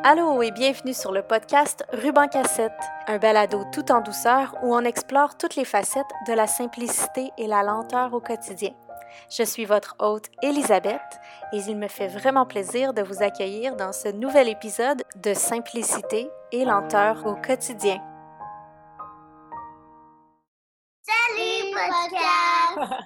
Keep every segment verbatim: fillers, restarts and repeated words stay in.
Allô et bienvenue sur le podcast Ruban Cassette, un balado tout en douceur où on explore toutes les facettes de la simplicité et la lenteur au quotidien. Je suis votre hôte Elisabeth et il me fait vraiment plaisir de vous accueillir dans ce nouvel épisode de Simplicité et lenteur au quotidien. Salut podcast!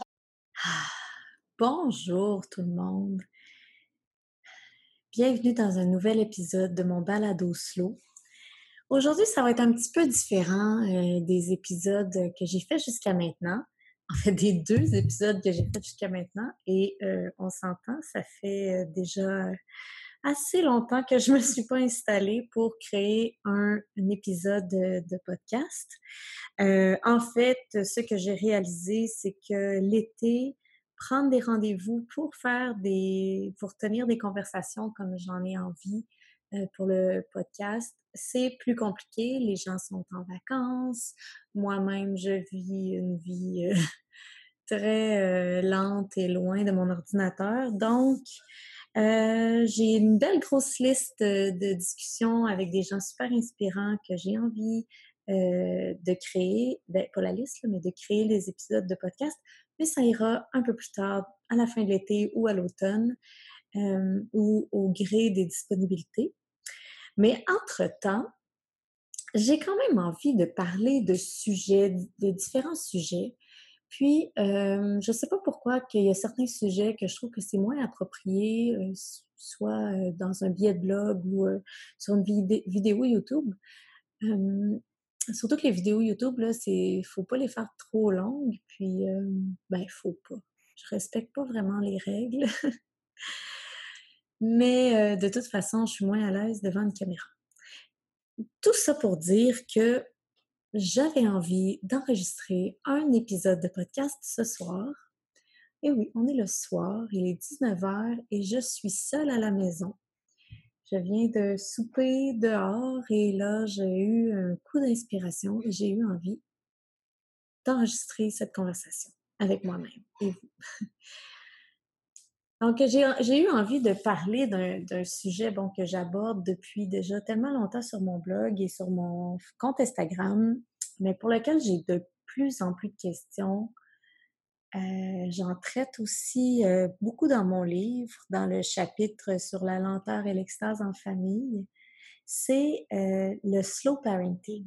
Bonjour tout le monde! Bienvenue dans un nouvel épisode de mon balado slow. Aujourd'hui, ça va être un petit peu différent euh, des épisodes que j'ai fait jusqu'à maintenant. En fait, des deux épisodes que j'ai fait jusqu'à maintenant. Et euh, on s'entend, ça fait déjà assez longtemps que je me suis pas installée pour créer un, un épisode de, de podcast. Euh, en fait, ce que j'ai réalisé, c'est que l'été, prendre des rendez-vous pour faire des, pour tenir des conversations comme j'en ai envie euh, pour le podcast, c'est plus compliqué. Les gens sont en vacances. Moi-même, je vis une vie euh, très euh, lente et loin de mon ordinateur. Donc, euh, j'ai une belle grosse liste de, de discussions avec des gens super inspirants que j'ai envie euh, de créer, ben, pas la liste, là, mais de créer les épisodes de podcast, mais ça ira un peu plus tard, à la fin de l'été ou à l'automne, euh, ou au gré des disponibilités. Mais entre-temps, j'ai quand même envie de parler de sujets, de différents sujets. Puis, euh, je sais pas pourquoi qu'il y a certains sujets que je trouve que c'est moins approprié, euh, soit euh, dans un billet de blog ou euh, sur une vidé- vidéo YouTube. Euh, Surtout que les vidéos YouTube, là, c'est, faut pas les faire trop longues, puis, euh, ben, faut pas. Je respecte pas vraiment les règles, mais euh, de toute façon, je suis moins à l'aise devant une caméra. Tout ça pour dire que j'avais envie d'enregistrer un épisode de podcast ce soir. Et oui, on est le soir, il est dix-neuf heures et je suis seule à la maison. Je viens de souper dehors et là, j'ai eu un coup d'inspiration et j'ai eu envie d'enregistrer cette conversation avec moi-même et vous. Donc, j'ai, j'ai eu envie de parler d'un, d'un sujet bon, que j'aborde depuis déjà tellement longtemps sur mon blog et sur mon compte Instagram, mais pour lequel j'ai de plus en plus de questions. Euh, j'en traite aussi euh, beaucoup dans mon livre, dans le chapitre sur la lenteur et l'extase en famille. C'est euh, le slow parenting.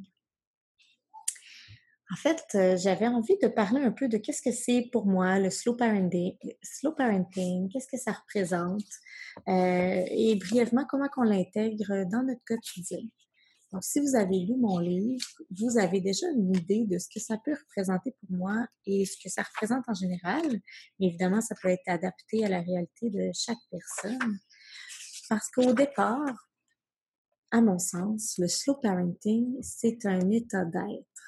En fait, euh, j'avais envie de parler un peu de qu'est-ce que c'est pour moi le slow parenting, slow parenting, qu'est-ce que ça représente euh, et brièvement comment on l'intègre dans notre quotidien. Donc, si vous avez lu mon livre, vous avez déjà une idée de ce que ça peut représenter pour moi et ce que ça représente en général. Mais évidemment, ça peut être adapté à la réalité de chaque personne. Parce qu'au départ, à mon sens, le slow parenting, c'est un état d'être.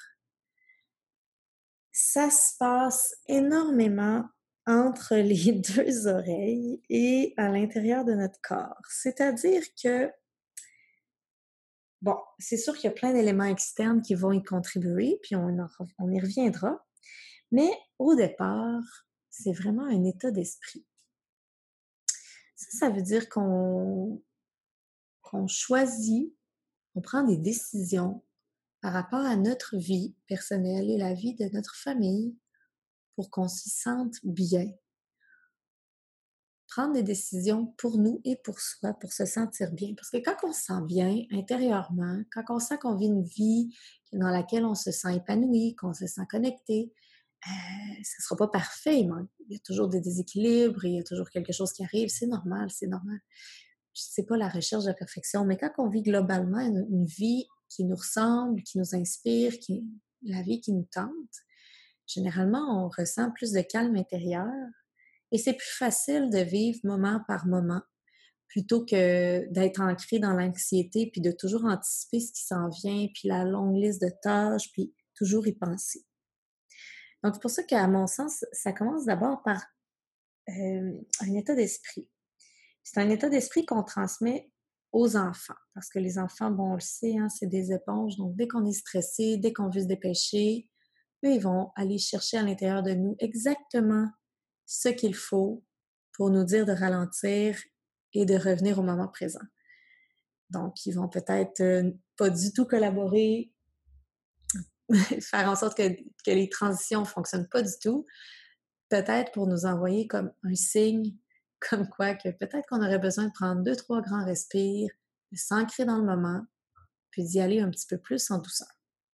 Ça se passe énormément entre les deux oreilles et à l'intérieur de notre corps. C'est-à-dire que bon, c'est sûr qu'il y a plein d'éléments externes qui vont y contribuer, puis on, en, on y reviendra. Mais au départ, c'est vraiment un état d'esprit. Ça, ça veut dire qu'on qu'on choisit, on prend des décisions par rapport à notre vie personnelle et la vie de notre famille pour qu'on s'y sente bien. Prendre des décisions pour nous et pour soi, pour se sentir bien. Parce que quand on se sent bien intérieurement, quand on sent qu'on vit une vie dans laquelle on se sent épanoui, qu'on se sent connecté, euh, ça ne sera pas parfait. Mais il y a toujours des déséquilibres, il y a toujours quelque chose qui arrive. C'est normal, c'est normal. C'est pas la recherche de la perfection, mais quand on vit globalement une, une vie qui nous ressemble, qui nous inspire, qui, la vie qui nous tente, généralement, on ressent plus de calme intérieur. Et c'est plus facile de vivre moment par moment plutôt que d'être ancré dans l'anxiété puis de toujours anticiper ce qui s'en vient, puis la longue liste de tâches, puis toujours y penser. Donc, c'est pour ça qu'à mon sens, ça commence d'abord par euh, un état d'esprit. C'est un état d'esprit qu'on transmet aux enfants. Parce que les enfants, bon, on le sait, hein, c'est des éponges. Donc, dès qu'on est stressé, dès qu'on veut se dépêcher, eux, ils vont aller chercher à l'intérieur de nous exactement ce qu'il faut pour nous dire de ralentir et de revenir au moment présent. Donc, ils vont peut-être euh, pas du tout collaborer, faire en sorte que, que les transitions ne fonctionnent pas du tout. Peut-être pour nous envoyer comme un signe, comme quoi que peut-être qu'on aurait besoin de prendre deux, trois grands respires, de s'ancrer dans le moment, puis d'y aller un petit peu plus en douceur.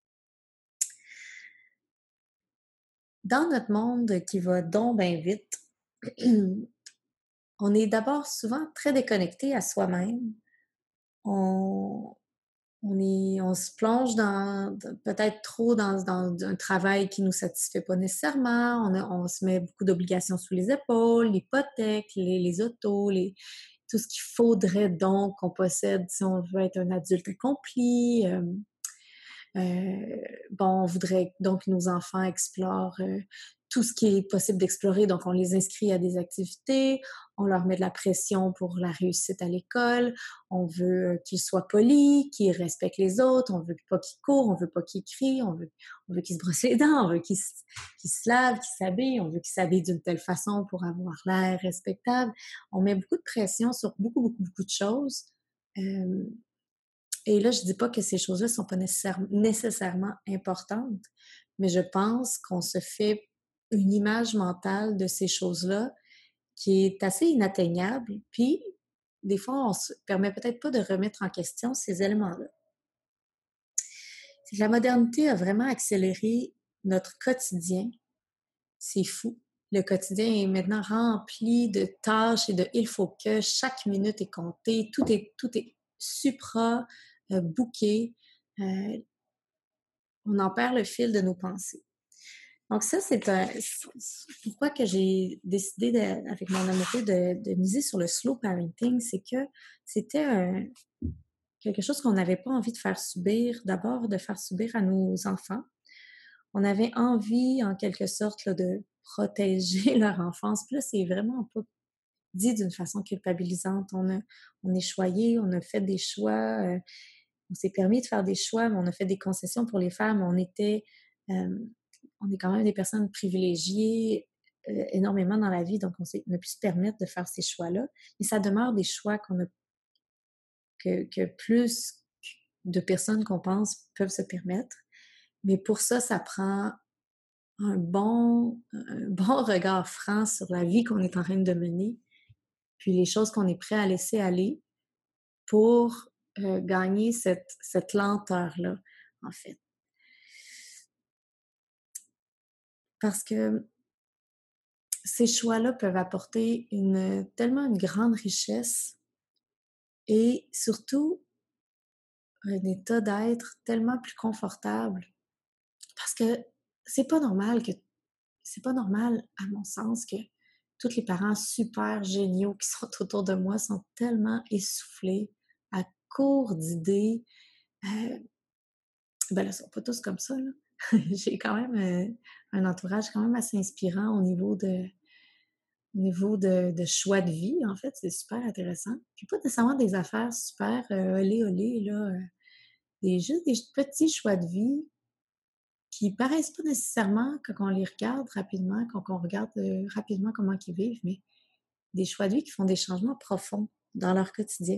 Dans notre monde qui va donc bien vite, on est d'abord souvent très déconnecté à soi-même. On, on, est, on se plonge dans peut-être trop dans, dans un travail qui ne nous satisfait pas nécessairement. On, a, on se met beaucoup d'obligations sous les épaules, l'hypothèque, les, les autos, les, tout ce qu'il faudrait donc qu'on possède si on veut être un adulte accompli. Euh, euh, bon, on voudrait donc que nos enfants explorent euh, tout ce qui est possible d'explorer, donc on les inscrit à des activités, on leur met de la pression pour la réussite à l'école, on veut qu'ils soient polis, qu'ils respectent les autres, on veut pas qu'ils courent, on veut pas qu'ils crient, on veut, on veut qu'ils se brossent les dents, on veut qu'ils se, qu'ils se lavent, qu'ils s'habillent, on veut qu'ils s'habillent d'une telle façon pour avoir l'air respectable. On met beaucoup de pression sur beaucoup, beaucoup, beaucoup de choses. Euh, Et là, je dis pas que ces choses-là sont pas nécessaire- nécessairement importantes, mais je pense qu'on se fait une image mentale de ces choses-là qui est assez inatteignable, puis des fois, on se permet peut-être pas de remettre en question ces éléments-là. C'est que la modernité a vraiment accéléré notre quotidien. C'est fou. Le quotidien est maintenant rempli de tâches et de il faut que chaque minute est comptée, tout est, tout est supra euh, booké. Euh, on en perd le fil de nos pensées. Donc ça, c'est un, pourquoi que j'ai décidé, de, avec mon amoureux, de, de miser sur le slow parenting, c'est que c'était un, quelque chose qu'on n'avait pas envie de faire subir, d'abord de faire subir à nos enfants. On avait envie, en quelque sorte, là, de protéger leur enfance. Puis là, c'est vraiment pas dit d'une façon culpabilisante. On a, on est choyé, on a fait des choix, euh, on s'est permis de faire des choix, mais on a fait des concessions pour les faire, mais on était, euh, on est quand même des personnes privilégiées euh, énormément dans la vie, donc on, s'est, on a pu se permettre de faire ces choix-là. Mais ça demeure des choix qu'on a, que, que plus de personnes qu'on pense peuvent se permettre. Mais pour ça, ça prend un bon, un bon regard franc sur la vie qu'on est en train de mener, puis les choses qu'on est prêt à laisser aller pour euh, gagner cette, cette lenteur-là, en fait. Parce que ces choix-là peuvent apporter une, tellement une grande richesse et surtout un état d'être tellement plus confortable. Parce que c'est pas normal que, c'est pas normal, à mon sens, que tous les parents super géniaux qui sont autour de moi sont tellement essoufflés, à court d'idées. Euh, ben là, ils sont pas tous comme ça, là. J'ai quand même euh, un entourage quand même assez inspirant au niveau de, au niveau de, de choix de vie, en fait. C'est super intéressant. Puis pas nécessairement des affaires super euh, olé olé, là. Euh, des, juste des petits choix de vie qui paraissent pas nécessairement quand on les regarde rapidement, quand on regarde euh, rapidement comment ils vivent, mais des choix de vie qui font des changements profonds dans leur quotidien.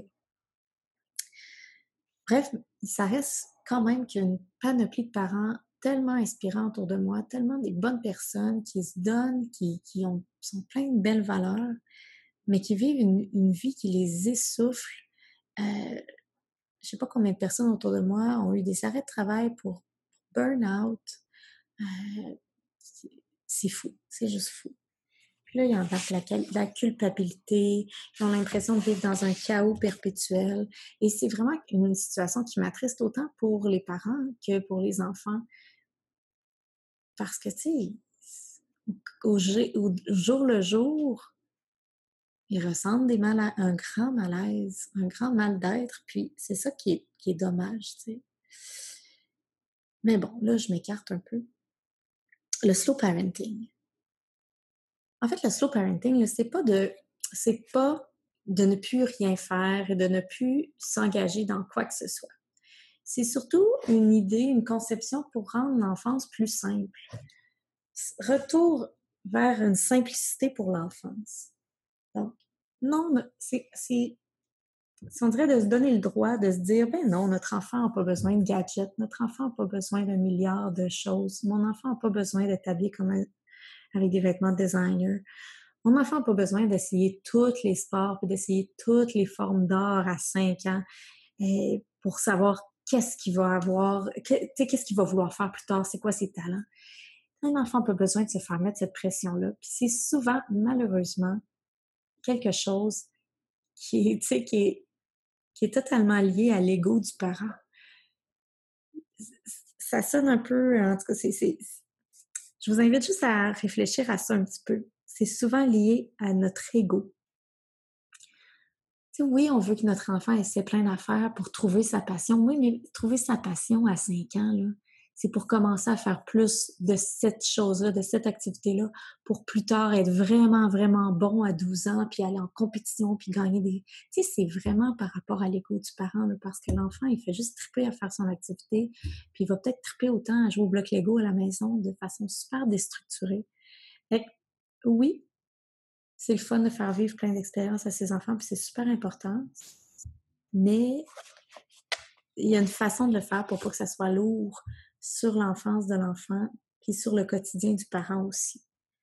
Bref, ça reste quand même qu'il y a une panoplie de parents tellement inspirants autour de moi, tellement des bonnes personnes qui se donnent, qui, qui ont, sont plein de belles valeurs, mais qui vivent une, une vie qui les essouffle. Euh, je sais pas combien de personnes autour de moi ont eu des arrêts de travail pour burn-out. Euh, c'est, c'est fou, c'est juste fou. Puis là, il y a la, la culpabilité, ils ont l'impression de vivre dans un chaos perpétuel. Et c'est vraiment une situation qui m'attriste autant pour les parents que pour les enfants. Parce que, tu sais, au, au jour le jour, ils ressentent des mal à, un grand malaise, un grand mal d'être. Puis c'est ça qui est, qui est dommage, tu sais. Mais bon, là, je m'écarte un peu. Le slow parenting. En fait, le slow parenting, c'est pas de, c'est pas de ne plus rien faire et de ne plus s'engager dans quoi que ce soit. C'est surtout une idée, une conception pour rendre l'enfance plus simple. Retour vers une simplicité pour l'enfance. Donc, non, c'est, c'est si on dirait de se donner le droit de se dire, ben non, notre enfant n'a pas besoin de gadgets, notre enfant n'a pas besoin d'un milliard de choses, mon enfant n'a pas besoin d'être habillé comme un, avec des vêtements de designer. Mon enfant n'a pas besoin d'essayer tous les sports et d'essayer toutes les formes d'art à cinq ans et pour savoir qu'est-ce qu'il va avoir, que, qu'est-ce qu'il va vouloir faire plus tard, c'est quoi ses talents. Un enfant n'a pas besoin de se faire mettre cette pression-là. Puis c'est souvent, malheureusement, quelque chose qui est, tu sais, qui est, qui est totalement lié à l'ego du parent. Ça sonne un peu, en tout cas, c'est, c'est, je vous invite juste à réfléchir à ça un petit peu. C'est souvent lié à notre ego. Tu sais, oui, on veut que notre enfant essaie plein d'affaires pour trouver sa passion. Oui, mais trouver sa passion à cinq ans, là, c'est pour commencer à faire plus de cette chose-là, de cette activité-là, pour plus tard être vraiment, vraiment bon à douze ans, puis aller en compétition, puis gagner des... Tu sais, c'est vraiment par rapport à l'ego du parent, là, parce que l'enfant, il fait juste triper à faire son activité, puis il va peut-être triper autant à jouer au bloc Lego à la maison de façon super déstructurée. Fait que, oui, c'est le fun de faire vivre plein d'expériences à ses enfants, puis c'est super important. Mais il y a une façon de le faire pour pas que ça soit lourd sur l'enfance de l'enfant, puis sur le quotidien du parent aussi.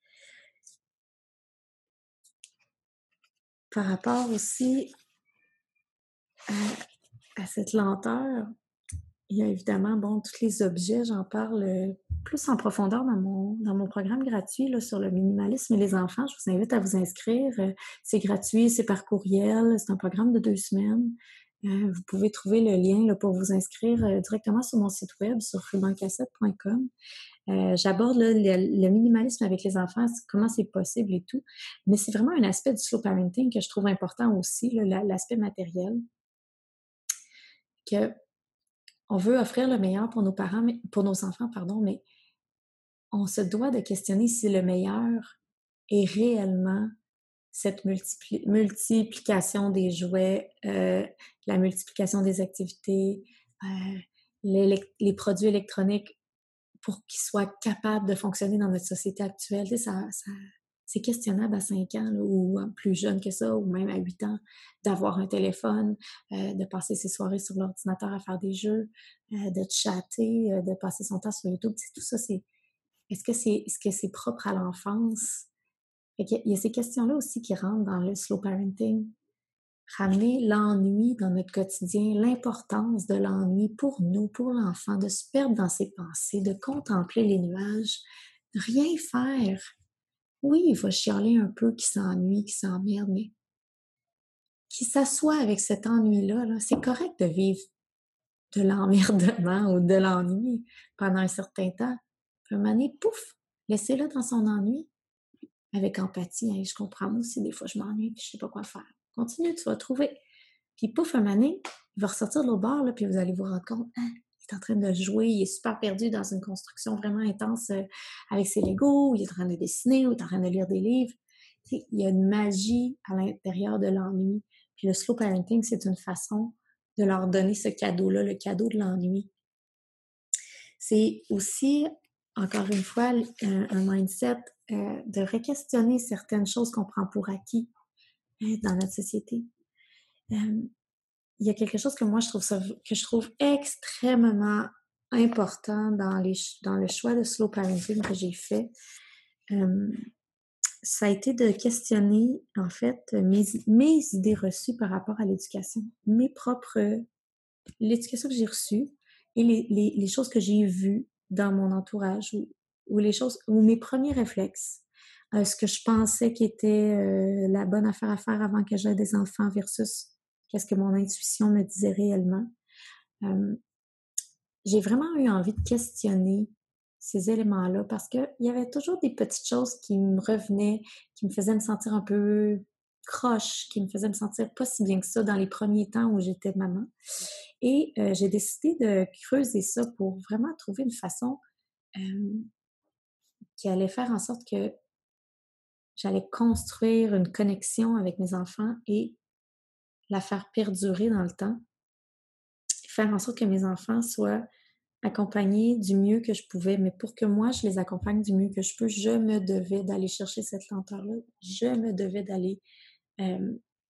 Par rapport aussi à, à cette lenteur, il y a évidemment, bon, tous les objets, j'en parle plus en profondeur dans mon, dans mon programme gratuit là, sur le minimalisme et les enfants. Je vous invite à vous inscrire. C'est gratuit, c'est par courriel, c'est un programme de deux semaines. Euh, vous pouvez trouver le lien là, pour vous inscrire euh, directement sur mon site web, sur ruban cassette point com. Euh, j'aborde là, le, le minimalisme avec les enfants, comment c'est possible et tout. Mais c'est vraiment un aspect du slow parenting que je trouve important aussi, là, l'aspect matériel. Que on veut offrir le meilleur pour nos parents, mais, pour nos enfants, pardon, mais on se doit de questionner si le meilleur est réellement cette multipli- multiplication des jouets, euh, la multiplication des activités, euh, les, les produits électroniques pour qu'ils soient capables de fonctionner dans notre société actuelle. Tu sais, ça, ça, c'est questionnable à cinq ans là, ou plus jeune que ça, ou même à huit ans, d'avoir un téléphone, euh, de passer ses soirées sur l'ordinateur à faire des jeux, euh, de chatter, euh, de passer son temps sur YouTube. Tu sais, tout ça, c'est est-ce que c'est est-ce que c'est propre à l'enfance? Fait qu'il y a ces questions-là aussi qui rentrent dans le slow parenting. Ramener l'ennui dans notre quotidien, l'importance de l'ennui pour nous, pour l'enfant, de se perdre dans ses pensées, de contempler les nuages, de rien faire. Oui, il va chialer un peu, qu'il s'ennuie, qu'il s'emmerde, mais qu'il s'assoie avec cet ennui-là, là, c'est correct de vivre de l'emmerdement ou de l'ennui pendant un certain temps. Puis un moment donné, pouf, laissez-le dans son ennui avec empathie. Hein, je comprends, moi aussi, des fois, je m'ennuie puis je sais pas quoi faire. Continue, tu vas trouver. Puis pouf, un moment donné, il va ressortir de l'autre bord, là, puis vous allez vous rendre compte, hein, il est en train de jouer, il est super perdu dans une construction vraiment intense euh, avec ses Legos, il est en train de dessiner, ou il est en train de lire des livres. Tu sais, il y a une magie à l'intérieur de l'ennui. Puis le slow parenting, c'est une façon de leur donner ce cadeau-là, le cadeau de l'ennui. C'est aussi, encore une fois, un, un mindset euh, de re-questionner certaines choses qu'on prend pour acquis euh, dans notre société. Euh, il y a quelque chose que moi, je trouve ça, que je trouve extrêmement important dans, les, dans le choix de slow parenting que j'ai fait. Euh, ça a été de questionner, en fait, mes, mes idées reçues par rapport à l'éducation, mes propres, l'éducation que j'ai reçue et les, les, les choses que j'ai vues dans mon entourage ou, ou les choses, ou mes premiers réflexes, euh, ce que je pensais qui était euh, la bonne affaire à faire avant que j'aie des enfants versus qu'est-ce que mon intuition me disait réellement. Euh, j'ai vraiment eu envie de questionner ces éléments-là parce qu'il y avait toujours des petites choses qui me revenaient, qui me faisaient me sentir un peu croche, qui me faisaient me sentir pas si bien que ça dans les premiers temps où j'étais maman. Et euh, j'ai décidé de creuser ça pour vraiment trouver une façon euh, qui allait faire en sorte que j'allais construire une connexion avec mes enfants et la faire perdurer dans le temps. Faire en sorte que mes enfants soient accompagnés du mieux que je pouvais, mais pour que moi, je les accompagne du mieux que je peux, je me devais d'aller chercher cette lenteur-là. Je me devais d'aller euh,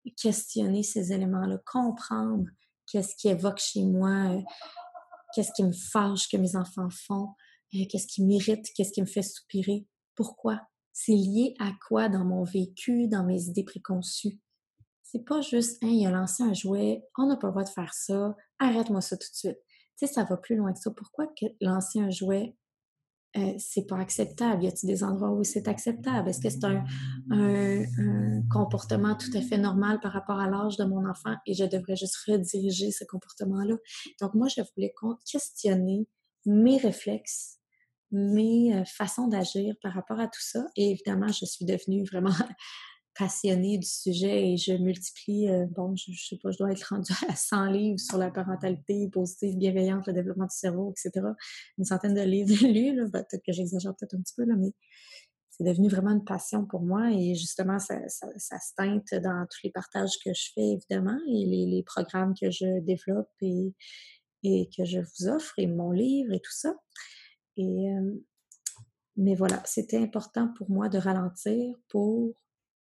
questionner ces éléments-là, comprendre qu'est-ce qui évoque chez moi, euh, qu'est-ce qui me fâche que mes enfants font, euh, qu'est-ce qui m'irrite, qu'est-ce qui me fait soupirer, pourquoi? C'est lié à quoi dans mon vécu, dans mes idées préconçues? C'est pas juste, hein, il a lancé un jouet, on n'a pas le droit de faire ça, arrête-moi ça tout de suite. Tu sais, ça va plus loin que ça. Pourquoi que lancer un jouet, euh, c'est pas acceptable? Y a-t-il des endroits où c'est acceptable? Est-ce que c'est un, un, un comportement tout à fait normal par rapport à l'âge de mon enfant et je devrais juste rediriger ce comportement-là? Donc, moi, je voulais questionner mes réflexes, mes euh, façons d'agir par rapport à tout ça. Et évidemment, je suis devenue vraiment passionnée du sujet et je multiplie, euh, bon, je, je sais pas, je dois être rendue à cent livres sur la parentalité positive, bienveillante, le développement du cerveau, et cetera. Une centaine de livres lus, là. Ben, peut-être que j'exagère peut-être un petit peu, là, mais c'est devenu vraiment une passion pour moi et justement, ça, ça, ça se teinte dans tous les partages que je fais, évidemment, et les, les programmes que je développe et, et que je vous offre, et mon livre et tout ça. Et, euh, mais voilà, c'était important pour moi de ralentir pour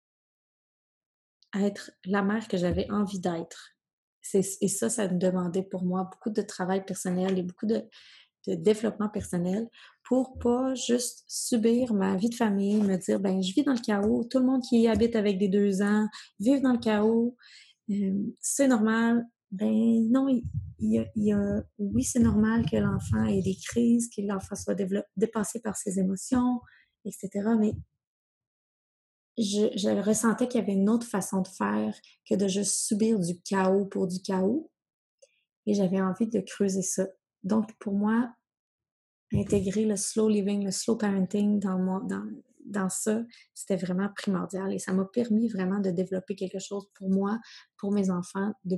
être la mère que j'avais envie d'être. C'est, et ça, ça me demandait pour moi beaucoup de travail personnel et beaucoup de, de développement personnel pour pas juste subir ma vie de famille, me dire, ben, je vis dans le chaos, tout le monde qui habite avec des deux ans vit dans le chaos, euh, c'est normal. Ben non, il, il, y a, il y a, oui, c'est normal que l'enfant ait des crises, que l'enfant soit développé, dépassé par ses émotions, et cetera. Mais je, je ressentais qu'il y avait une autre façon de faire que de juste subir du chaos pour du chaos. Et j'avais envie de creuser ça. Donc, pour moi, intégrer le slow living, le slow parenting dans, moi, dans, dans ça, c'était vraiment primordial. Et ça m'a permis vraiment de développer quelque chose pour moi, pour mes enfants. De...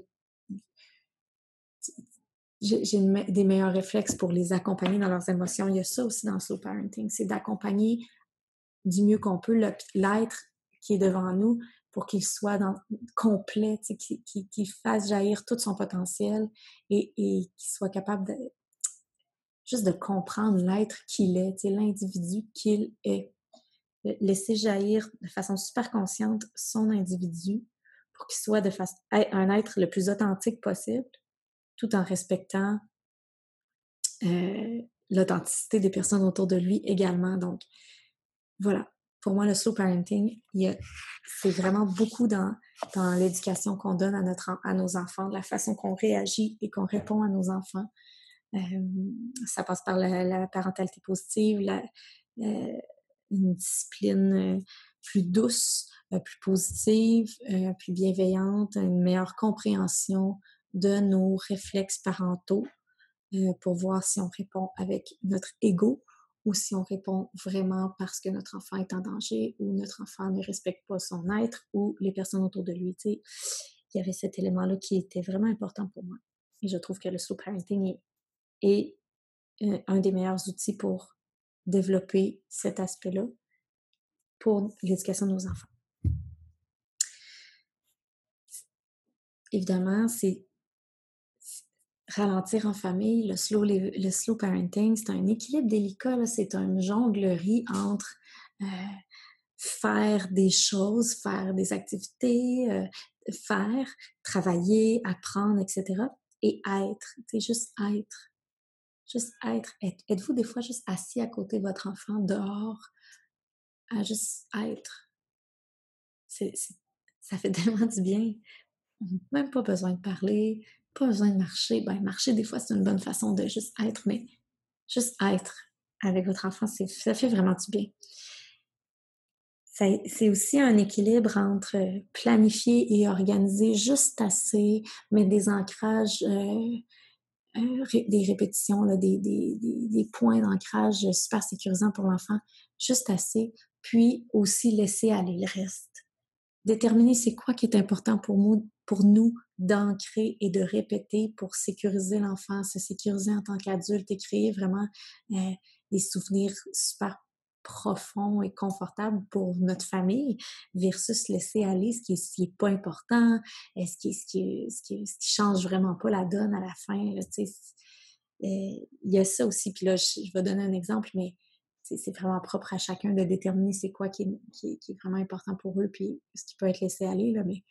J'ai, j'ai une, des meilleurs réflexes pour les accompagner dans leurs émotions. Il y a ça aussi dans le slow parenting, c'est d'accompagner du mieux qu'on peut le, l'être qui est devant nous pour qu'il soit dans, complet, qu'il, qu'il, qu'il fasse jaillir tout son potentiel et, et qu'il soit capable de, juste de comprendre l'être qu'il est, l'individu qu'il est. Laisser jaillir de façon super consciente son individu pour qu'il soit de façon, un être le plus authentique possible, tout en respectant euh, l'authenticité des personnes autour de lui également. Donc, voilà. Pour moi, le slow parenting, il y a, c'est vraiment beaucoup dans, dans l'éducation qu'on donne à, notre, à nos enfants, de la façon qu'on réagit et qu'on répond à nos enfants. Euh, ça passe par la, la parentalité positive, la, euh, une discipline plus douce, euh, plus positive, euh, plus bienveillante, une meilleure compréhension de nos réflexes parentaux euh, pour voir si on répond avec notre ego ou si on répond vraiment parce que notre enfant est en danger ou notre enfant ne respecte pas son être ou les personnes autour de lui. Tu sais, il y avait cet élément-là qui était vraiment important pour moi. Et je trouve que le slow parenting est, est euh, un des meilleurs outils pour développer cet aspect-là pour l'éducation de nos enfants. Évidemment, c'est ralentir en famille, le slow, le slow parenting, c'est un équilibre délicat, là, c'est une jonglerie entre euh, faire des choses, faire des activités, euh, faire, travailler, apprendre, et cetera. Et être, c'est juste être. Juste être. Êtes-vous des fois juste assis à côté de votre enfant dehors, à juste être? C'est, c'est, ça fait tellement du bien. Même pas besoin de parler, pas besoin de marcher. Ben, marcher, des fois, c'est une bonne façon de juste être, mais juste être avec votre enfant, c'est, ça fait vraiment du bien. Ça, c'est aussi un équilibre entre planifier et organiser juste assez, mettre des ancrages, euh, euh, ré, des répétitions, là, des, des, des, des points d'ancrage super sécurisants pour l'enfant, juste assez, puis aussi laisser aller le reste. Déterminer c'est quoi qui est important pour nous, pour nous d'ancrer et de répéter pour sécuriser l'enfant, se sécuriser en tant qu'adulte et créer vraiment euh, des souvenirs super profonds et confortables pour notre famille versus laisser aller ce qui est, ce qui est pas important, ce qui, ce, qui, ce, qui, ce qui change vraiment pas la donne à la fin. Là, tu sais, il y a ça aussi. Puis là, je, je vais donner un exemple, mais c'est, c'est vraiment propre à chacun de déterminer c'est quoi qui est, qui est, qui est vraiment important pour eux, puis ce qui peut être laissé aller. Là, mais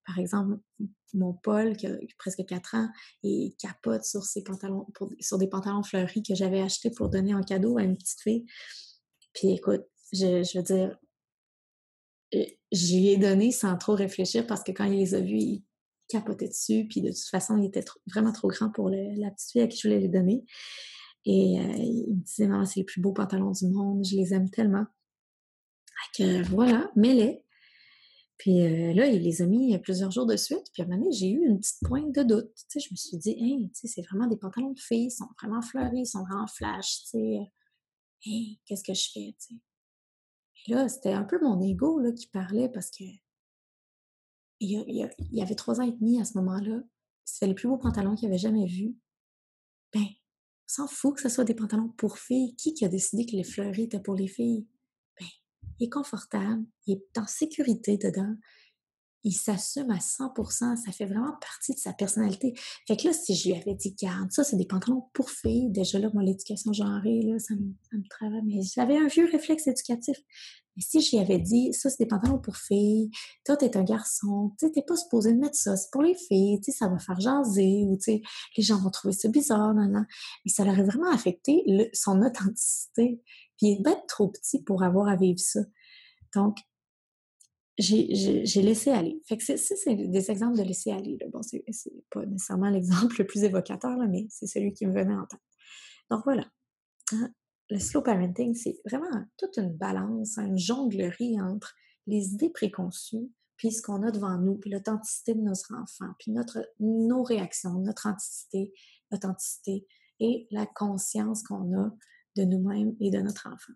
par exemple, mon Paul, qui a presque quatre ans, il capote sur ses pantalons, pour, sur des pantalons fleuris que j'avais achetés pour donner en cadeau à une petite fille. Puis écoute, je, je veux dire, je lui ai donné sans trop réfléchir parce que quand il les a vus, il capotait dessus. Puis de toute façon, il était trop, vraiment trop grand pour le, la petite fille à qui je voulais les donner. Et euh, il me disait, maman, c'est les plus beaux pantalons du monde, je les aime tellement. Fait que voilà, mets-les. Puis euh, là, il les a mis plusieurs jours de suite. Puis à un moment donné, j'ai eu une petite pointe de doute. Tu sais, je me suis dit, hey, tu sais, c'est vraiment des pantalons de filles, ils sont vraiment fleuris, ils sont vraiment flash, tu sais. Hey, qu'est-ce que je fais, tu sais. Puis là, c'était un peu mon ego là, qui parlait parce que il y, a, il, y a, il y avait trois ans et demi à ce moment-là. C'était les plus beaux pantalons qu'il avait jamais vus. Ben, on s'en fout que ce soit des pantalons pour filles. Qui qui a décidé que les fleuris étaient pour les filles? Ben, il est confortable, il est en sécurité dedans. Il s'assume à cent pour cent, ça fait vraiment partie de sa personnalité. Fait que là, si je lui avais dit, garde, ça, c'est des pantalons pour filles, déjà là, moi, l'éducation genrée, là, ça me, ça me travaille, mais j'avais un vieux réflexe éducatif. Mais si je lui avais dit, ça, c'est des pantalons pour filles, toi, t'es un garçon, tu sais, t'es pas supposé de mettre ça, c'est pour les filles, tu sais, ça va faire jaser, ou tu sais, les gens vont trouver ça bizarre, non, non. Mais ça l'aurait vraiment affecté le, son authenticité. Puis il est bête trop petit pour avoir à vivre ça. Donc, j'ai, j'ai, j'ai laissé aller. Fait que c'est, c'est, c'est des exemples de laisser aller. Là. Bon, c'est, c'est pas nécessairement l'exemple le plus évocateur, là, mais c'est celui qui me venait en tête. Donc voilà. Hein, le slow parenting, c'est vraiment toute une balance, hein, une jonglerie entre les idées préconçues, puis ce qu'on a devant nous, puis l'authenticité de notre enfant, puis notre, nos réactions, notre authenticité, l'authenticité et la conscience qu'on a de nous-mêmes et de notre enfant.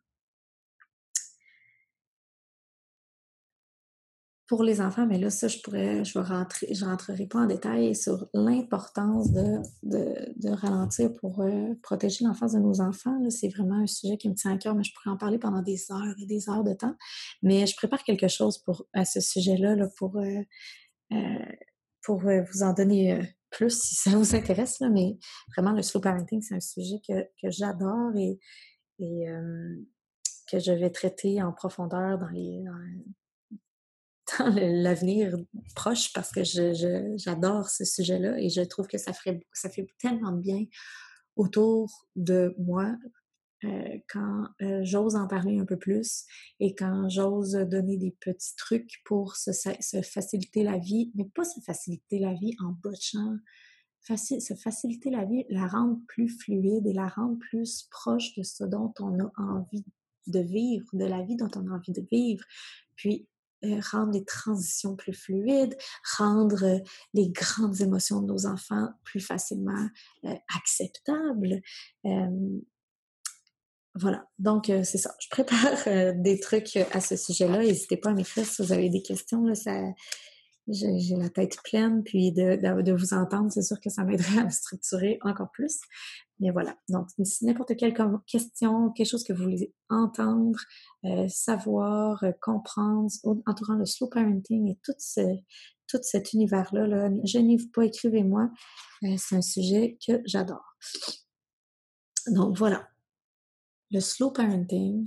Pour les enfants, mais là, ça, je pourrais, je vais rentrer, je rentrerai pas en détail sur l'importance de, de, de ralentir pour euh, protéger l'enfance de nos enfants. Là, c'est vraiment un sujet qui me tient à cœur, mais je pourrais en parler pendant des heures et des heures de temps. Mais je prépare quelque chose pour, à ce sujet-là, là, pour, euh, euh, pour euh, vous en donner euh, plus si ça vous intéresse. Là, mais vraiment, le slow parenting, c'est un sujet que, que j'adore et, et euh, que je vais traiter en profondeur dans les, dans, dans l'avenir proche parce que je, je, j'adore ce sujet-là et je trouve que ça, ferait, ça fait tellement de bien autour de moi euh, quand euh, j'ose en parler un peu plus et quand j'ose donner des petits trucs pour se, se faciliter la vie, mais pas se faciliter la vie en botchant, faci- se faciliter la vie, la rendre plus fluide et la rendre plus proche de ce dont on a envie de vivre, de la vie dont on a envie de vivre. Puis, euh, rendre les transitions plus fluides, rendre euh, les grandes émotions de nos enfants plus facilement euh, acceptables. Euh, voilà, donc euh, c'est ça. Je prépare euh, des trucs à ce sujet-là. N'hésitez pas à m'écrire si vous avez des questions. Là, ça, j'ai, j'ai la tête pleine, puis de, de, de vous entendre, c'est sûr que ça m'aiderait à me structurer encore plus. Mais voilà, donc si n'importe quelle question, quelque chose que vous voulez entendre, euh, savoir, euh, comprendre, entourant le slow parenting et tout, ce, tout cet univers-là, là, gênez-vous pas, écrivez-moi. Euh, c'est un sujet que j'adore. Donc voilà, le slow parenting,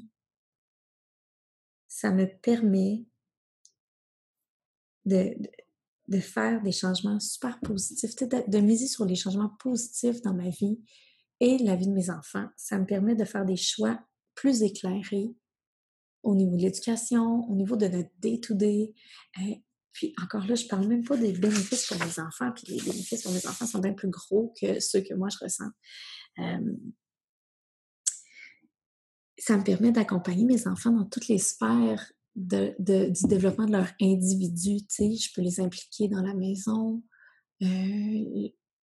ça me permet de, de, de faire des changements super positifs, de, de miser sur les changements positifs dans ma vie et la vie de mes enfants. Ça me permet de faire des choix plus éclairés au niveau de l'éducation, au niveau de notre day-to-day. Euh, puis encore là, je parle même pas des bénéfices pour mes enfants, puis les bénéfices pour mes enfants sont bien plus gros que ceux que moi je ressens. Euh, ça me permet d'accompagner mes enfants dans toutes les sphères de, de, du développement de leur individu. Tu sais, je peux les impliquer dans la maison, euh,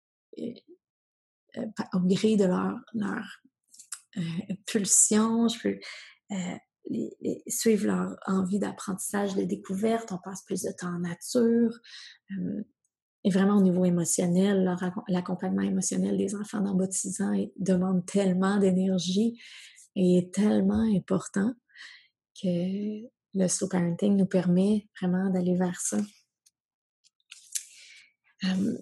euh, au gré de leur, leur euh, pulsion. Je peux euh, les, les, suivre leur envie d'apprentissage, de découverte. On passe plus de temps en nature. Euh, et vraiment au niveau émotionnel, leur, l'accompagnement émotionnel des enfants d'en bas de six ans demande tellement d'énergie et est tellement important que le slow parenting nous permet vraiment d'aller vers ça. Euh,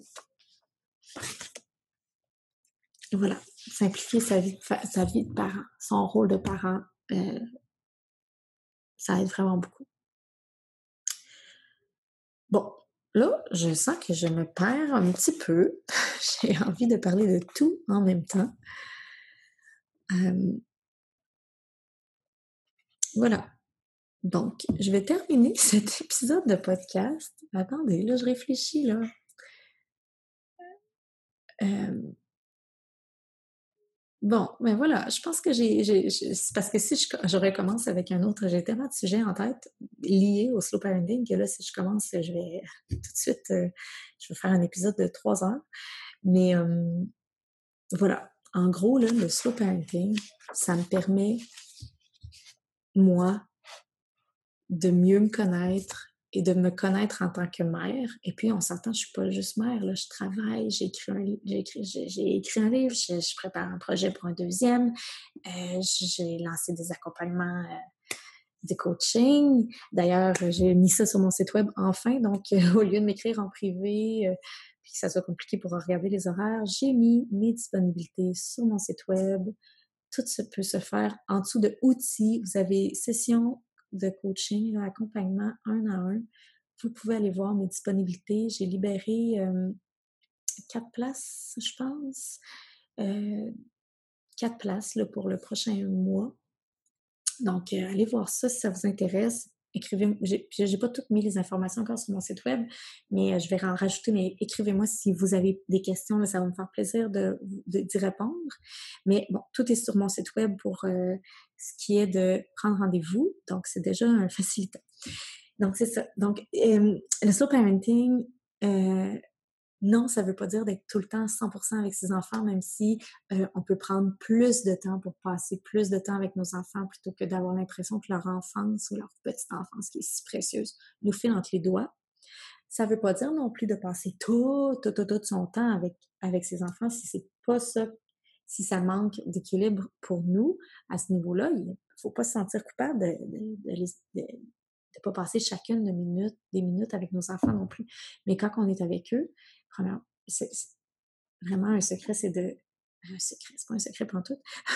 voilà, simplifier sa vie, sa vie de parent, son rôle de parent, euh, ça aide vraiment beaucoup. Bon, là, je sens que je me perds un petit peu. J'ai envie de parler de tout en même temps. Euh, voilà. Donc, je vais terminer cet épisode de podcast. Attendez, là, je réfléchis, là. Euh, bon, ben voilà, je pense que j'ai... j'ai- j'ai- c'est parce que si je, je recommence avec un autre, j'ai tellement de sujets en tête liés au slow parenting que là, si je commence, je vais tout de suite... euh, je vais faire un épisode de trois heures. Mais euh, voilà, en gros, là, le slow parenting, ça me permet, moi, de mieux me connaître et de me connaître en tant que mère. Et puis, on s'entend, je suis pas juste mère, là, je travaille, j'ai écrit un, j'ai écrit, j'ai, j'ai écrit un livre, je, je prépare un projet pour un deuxième, euh, j'ai lancé des accompagnements, euh, de coaching. D'ailleurs, j'ai mis ça sur mon site web enfin, donc euh, au lieu de m'écrire en privé, euh, puis que ça soit compliqué pour regarder les horaires, j'ai mis mes disponibilités sur mon site web. Tout ça peut se faire en dessous de outils. Vous avez session de coaching, là, accompagnement un à un. Vous pouvez aller voir mes disponibilités. J'ai libéré euh, quatre places, je pense. Euh, quatre places là, pour le prochain mois. Donc, euh, allez voir ça si ça vous intéresse. Écrivez, j'ai, j'ai pas toutes mis les informations encore sur mon site web, mais euh, je vais en rajouter, mais écrivez-moi si vous avez des questions, là, ça va me faire plaisir de, de- d'y répondre. Mais bon, tout est sur mon site web pour euh, ce qui est de prendre rendez-vous, donc c'est déjà un facilitant. Donc, c'est ça. Donc, euh, le slow parenting, euh, non, ça veut pas dire d'être tout le temps cent pour cent avec ses enfants, même si euh, on peut prendre plus de temps pour passer plus de temps avec nos enfants plutôt que d'avoir l'impression que leur enfance ou leur petite enfance, qui est si précieuse, nous file entre les doigts. Ça veut pas dire non plus de passer tout, tout, tout, tout son temps avec, avec ses enfants si c'est pas ça, si ça manque d'équilibre pour nous à ce niveau-là. Il faut pas se sentir coupable de, de, de, les, de, de pas passer chacune de minutes, des minutes avec nos enfants non plus. Mais quand on est avec eux, premièrement, c'est, c'est vraiment un secret, c'est de... Un secret, c'est pas un secret pour tout,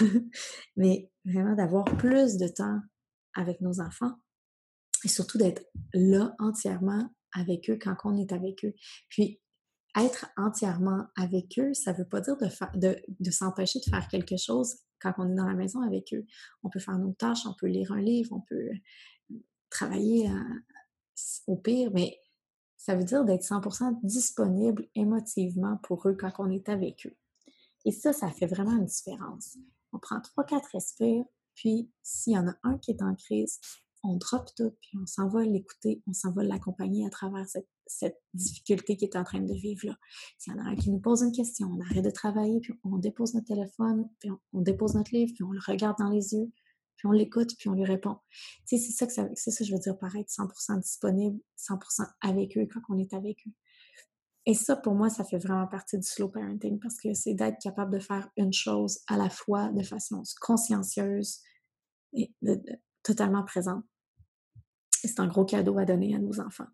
mais vraiment d'avoir plus de temps avec nos enfants et surtout d'être là entièrement avec eux quand on est avec eux. Puis, être entièrement avec eux, ça veut pas dire de, fa- de, de s'empêcher de faire quelque chose quand on est dans la maison avec eux. On peut faire nos tâches, on peut lire un livre, on peut travailler à, au pire, mais ça veut dire d'être cent pour cent disponible émotivement pour eux quand on est avec eux. Et ça, ça fait vraiment une différence. On prend trois, quatre respires, puis s'il y en a un qui est en crise, on drop tout, puis on s'en va l'écouter, on s'en va l'accompagner à travers cette, cette difficulté qu'il est en train de vivre là. S'il y en a un qui nous pose une question, on arrête de travailler, puis on dépose notre téléphone, puis on, on dépose notre livre, puis on le regarde dans les yeux, puis on l'écoute, puis on lui répond. Tu sais, c'est ça que ça, c'est ça que je veux dire par être cent pour cent disponible, cent pour cent avec eux quand on est avec eux. Et ça, pour moi, ça fait vraiment partie du slow parenting parce que c'est d'être capable de faire une chose à la fois de façon consciencieuse et de, de, totalement présente. Et c'est un gros cadeau à donner à nos enfants.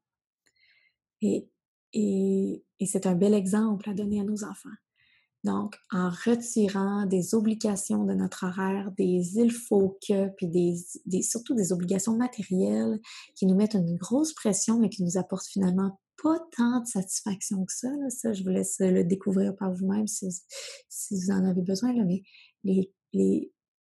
Et, et, et c'est un bel exemple à donner à nos enfants. Donc, en retirant des obligations de notre horaire, des il faut que, puis des, des, surtout des obligations matérielles qui nous mettent une grosse pression, mais qui nous apportent finalement pas tant de satisfaction que ça. Là. Ça, je vous laisse le découvrir par vous-même si vous, si vous en avez besoin. Là. Mais les, les,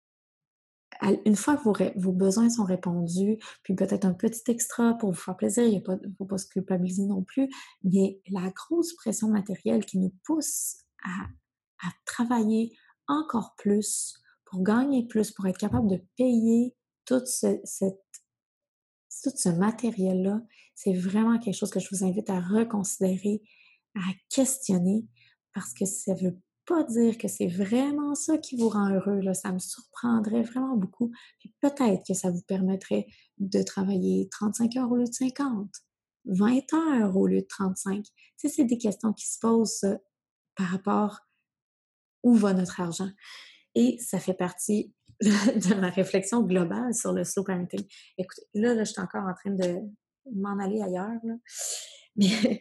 une fois que vos, vos besoins sont répondus, puis peut-être un petit extra pour vous faire plaisir, il ne faut pas se culpabiliser non plus, mais la grosse pression matérielle qui nous pousse à à travailler encore plus pour gagner plus, pour être capable de payer tout ce, cette, tout ce matériel-là, c'est vraiment quelque chose que je vous invite à reconsidérer, à questionner, parce que ça ne veut pas dire que c'est vraiment ça qui vous rend heureux. Là. Ça me surprendrait vraiment beaucoup. Puis peut-être que ça vous permettrait de travailler trente-cinq heures au lieu de cinquante, vingt heures au lieu de trente-cinq. Tu sais, c'est des questions qui se posent ça, par rapport où va notre argent. Et ça fait partie de ma réflexion globale sur le slow parenting. Écoutez, là, là je suis encore en train de m'en aller ailleurs, là. Mais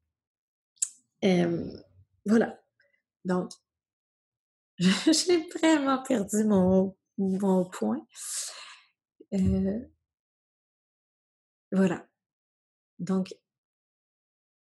euh, voilà. Donc, j'ai vraiment perdu mon, mon point. Euh, voilà. Donc,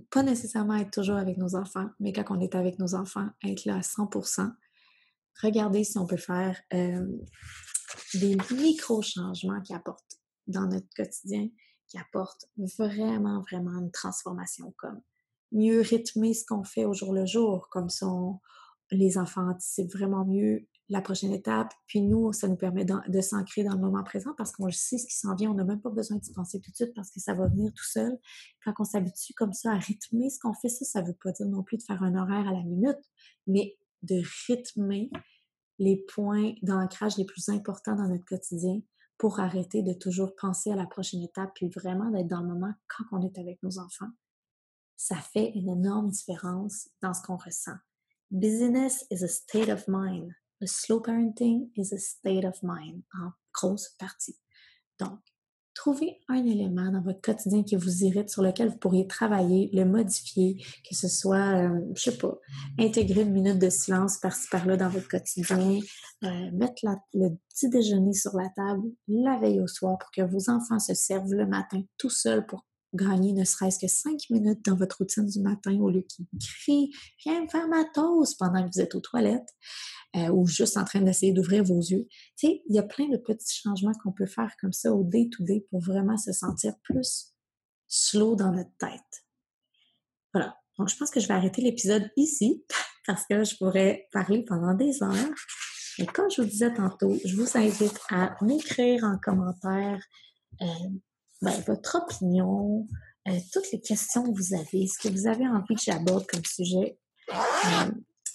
pas nécessairement être toujours avec nos enfants, mais quand on est avec nos enfants, être là à cent pour cent. Regardez si on peut faire euh, des micro-changements qui apportent dans notre quotidien, qui apportent vraiment, vraiment une transformation, comme mieux rythmer ce qu'on fait au jour le jour, comme ça on- les enfants anticipent vraiment mieux la prochaine étape, puis nous, ça nous permet de, de s'ancrer dans le moment présent parce qu'on sait ce qui s'en vient, on n'a même pas besoin d'y penser tout de suite parce que ça va venir tout seul. Quand on s'habitue comme ça à rythmer ce qu'on fait, ça, ça veut pas dire non plus de faire un horaire à la minute, mais de rythmer les points d'ancrage les plus importants dans notre quotidien pour arrêter de toujours penser à la prochaine étape puis vraiment d'être dans le moment quand on est avec nos enfants. Ça fait une énorme différence dans ce qu'on ressent. Busyness is a state of mind. Le slow parenting is a state of mind en grosse partie. Donc, trouvez un élément dans votre quotidien qui vous irrite, sur lequel vous pourriez travailler, le modifier, que ce soit, euh, je sais pas, intégrer une minute de silence par-ci par-là dans votre quotidien, euh, mettre la, le petit déjeuner sur la table la veille au soir pour que vos enfants se servent le matin tout seuls pour gagner ne serait-ce que cinq minutes dans votre routine du matin au lieu qu'ils crient « Viens me faire ma toast » pendant que vous êtes aux toilettes. Euh, ou juste en train d'essayer d'ouvrir vos yeux. Tu sais, il y a plein de petits changements qu'on peut faire comme ça au day-to-day pour vraiment se sentir plus slow dans notre tête. Voilà. Donc, je pense que je vais arrêter l'épisode ici parce que je pourrais parler pendant des heures. Mais comme je vous disais tantôt, je vous invite à m'écrire en commentaire euh, ben, votre opinion, euh, toutes les questions que vous avez, ce que vous avez envie que j'aborde comme sujet. Euh,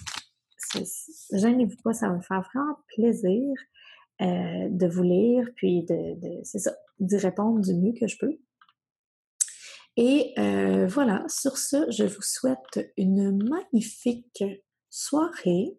Gênez-vous pas, ça va me faire vraiment plaisir euh, de vous lire, puis de, de c'est ça, d'y répondre du mieux que je peux. Et euh, voilà, sur ce, je vous souhaite une magnifique soirée.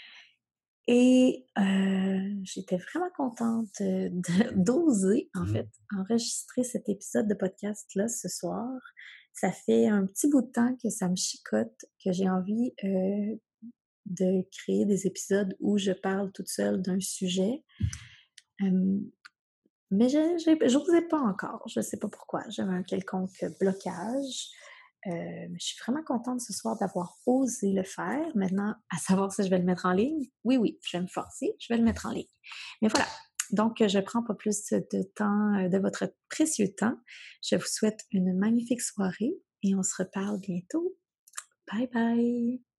Et euh, j'étais vraiment contente de, d'oser, en fait, enregistrer cet épisode de podcast-là ce soir. Ça fait un petit bout de temps que ça me chicote, que j'ai envie euh, de créer des épisodes où je parle toute seule d'un sujet. Euh, mais je n'osais pas encore. Je ne sais pas pourquoi. J'avais un quelconque blocage. Euh, mais je suis vraiment contente ce soir d'avoir osé le faire. Maintenant, à savoir si je vais le mettre en ligne. Oui, oui, je vais me forcer. Je vais le mettre en ligne. Mais voilà. Donc, je ne prends pas plus de temps, de votre précieux temps. Je vous souhaite une magnifique soirée et on se reparle bientôt. Bye bye!